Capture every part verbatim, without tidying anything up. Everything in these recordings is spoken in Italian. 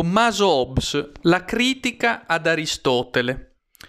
Tommaso Hobbes, la critica ad Aristotele.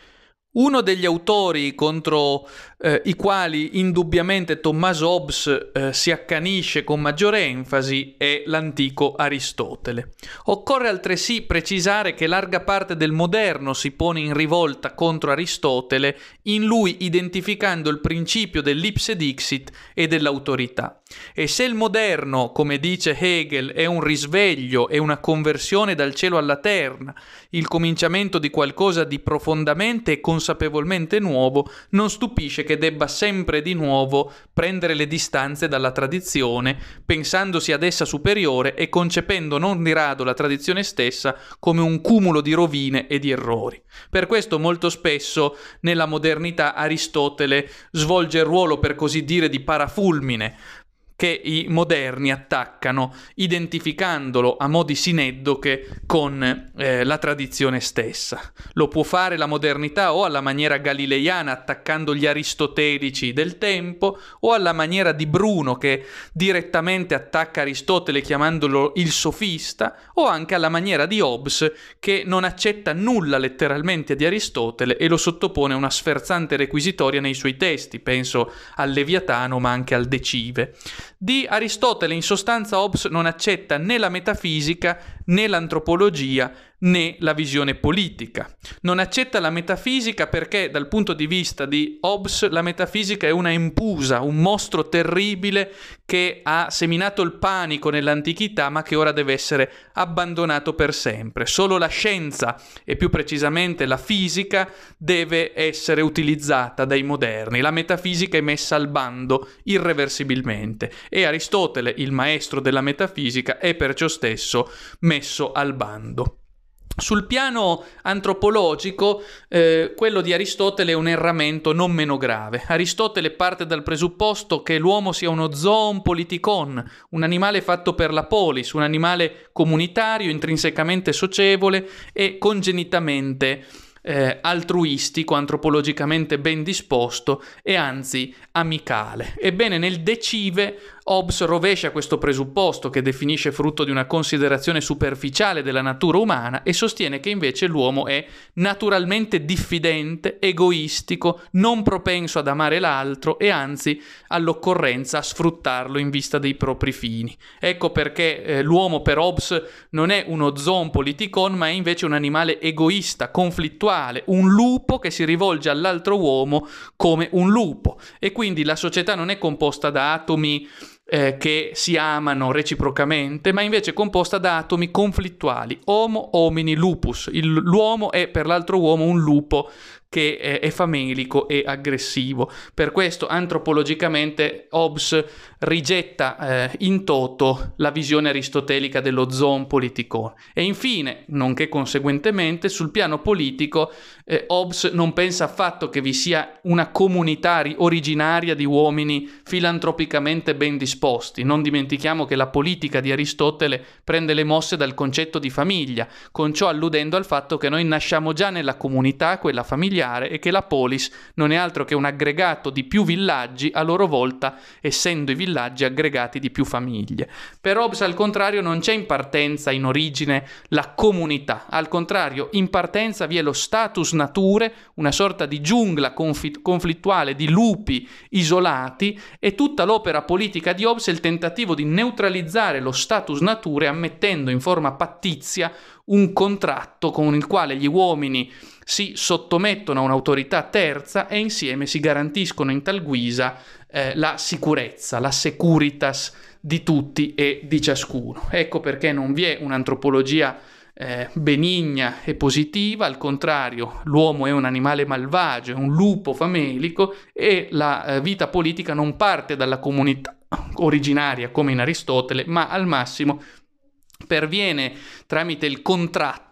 Uno degli autori contro eh, i quali indubbiamente Tommaso Hobbes eh, si accanisce con maggiore enfasi è l'antico Aristotele. Occorre altresì precisare che larga parte del moderno si pone in rivolta contro Aristotele, in lui identificando il principio dell'ipse dixit e dell'autorità. E se il moderno, come dice Hegel, è un risveglio e una conversione dal cielo alla terra, il cominciamento di qualcosa di profondamente e consapevolmente nuovo, non stupisce che debba sempre di nuovo prendere le distanze dalla tradizione, pensandosi ad essa superiore e concependo non di rado la tradizione stessa come un cumulo di rovine e di errori. Per questo molto spesso nella modernità Aristotele svolge il ruolo, per così dire, di parafulmine, che i moderni attaccano identificandolo a mo' di sineddoche con eh, la tradizione stessa. Lo può fare la modernità o alla maniera galileiana attaccando gli aristotelici del tempo, o alla maniera di Bruno che direttamente attacca Aristotele chiamandolo il sofista, o anche alla maniera di Hobbes che non accetta nulla letteralmente di Aristotele e lo sottopone a una sferzante requisitoria nei suoi testi, penso al Leviatano ma anche al De Cive. Di Aristotele in sostanza Hobbes non accetta né la metafisica né l'antropologia né la visione politica. Non accetta la metafisica perché dal punto di vista di Hobbes la metafisica è una empusa, un mostro terribile che ha seminato il panico nell'antichità ma che ora deve essere abbandonato per sempre. Solo la scienza e più precisamente la fisica deve essere utilizzata dai moderni. La metafisica è messa al bando irreversibilmente e Aristotele, il maestro della metafisica, è perciò stesso messo al bando. Sul piano antropologico, eh, quello di Aristotele è un erramento non meno grave. Aristotele parte dal presupposto che l'uomo sia uno zoon politikon, un animale fatto per la polis, un animale comunitario, intrinsecamente socievole e congenitamente Eh, altruistico, antropologicamente ben disposto e anzi amicale. Ebbene, nel De Cive Hobbes rovescia questo presupposto che definisce frutto di una considerazione superficiale della natura umana e sostiene che invece l'uomo è naturalmente diffidente, egoistico, non propenso ad amare l'altro e anzi all'occorrenza a sfruttarlo in vista dei propri fini. Ecco perché eh, l'uomo per Hobbes non è uno zoon politikon ma è invece un animale egoista, conflittuale, un lupo che si rivolge all'altro uomo come un lupo e quindi la società non è composta da atomi Eh, che si amano reciprocamente, ma invece composta da atomi conflittuali, homo homini lupus. Il, l'uomo è per l'altro uomo un lupo che è, è famelico e aggressivo. Per questo antropologicamente Hobbes rigetta eh, in toto la visione aristotelica dello zoon politikon. E infine, nonché conseguentemente, sul piano politico eh, Hobbes non pensa affatto che vi sia una comunità originaria di uomini filantropicamente ben disposti. Non dimentichiamo che la politica di Aristotele prende le mosse dal concetto di famiglia, con ciò alludendo al fatto che noi nasciamo già nella comunità, quella familiare, e che la polis non è altro che un aggregato di più villaggi, a loro volta essendo i villaggi aggregati di più famiglie. Per Hobbes, al contrario, non c'è in partenza, in origine, la comunità. Al contrario, in partenza vi è lo status nature, una sorta di giungla confl- conflittuale di lupi isolati, e tutta l'opera politica di Hobbes è il tentativo di neutralizzare lo status nature ammettendo in forma pattizia un contratto con il quale gli uomini si sottomettono a un'autorità terza e insieme si garantiscono in tal guisa eh, la sicurezza, la securitas di tutti e di ciascuno. Ecco perché non vi è un'antropologia eh, benigna e positiva, al contrario, l'uomo è un animale malvagio, è un lupo famelico e la eh, vita politica non parte dalla comunità originaria come in Aristotele, ma al massimo perviene tramite il contratto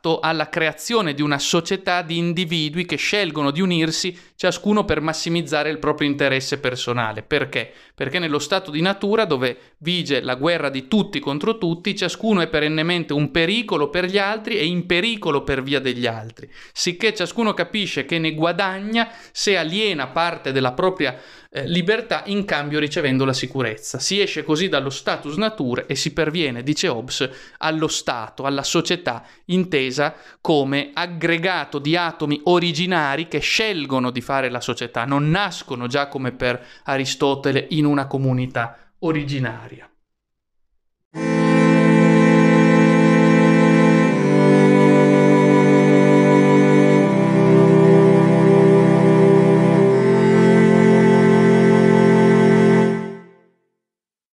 atto alla creazione di una società di individui che scelgono di unirsi ciascuno per massimizzare il proprio interesse personale. Perché? Perché nello stato di natura, dove vige la guerra di tutti contro tutti, ciascuno è perennemente un pericolo per gli altri e in pericolo per via degli altri, sicché ciascuno capisce che ne guadagna se aliena parte della propria eh, libertà in cambio ricevendo la sicurezza. Si esce così dallo status nature e si perviene, dice Hobbes, allo Stato, alla società intesa come aggregato di atomi originari che scelgono di fare la società, non nascono già come per Aristotele in una comunità originaria.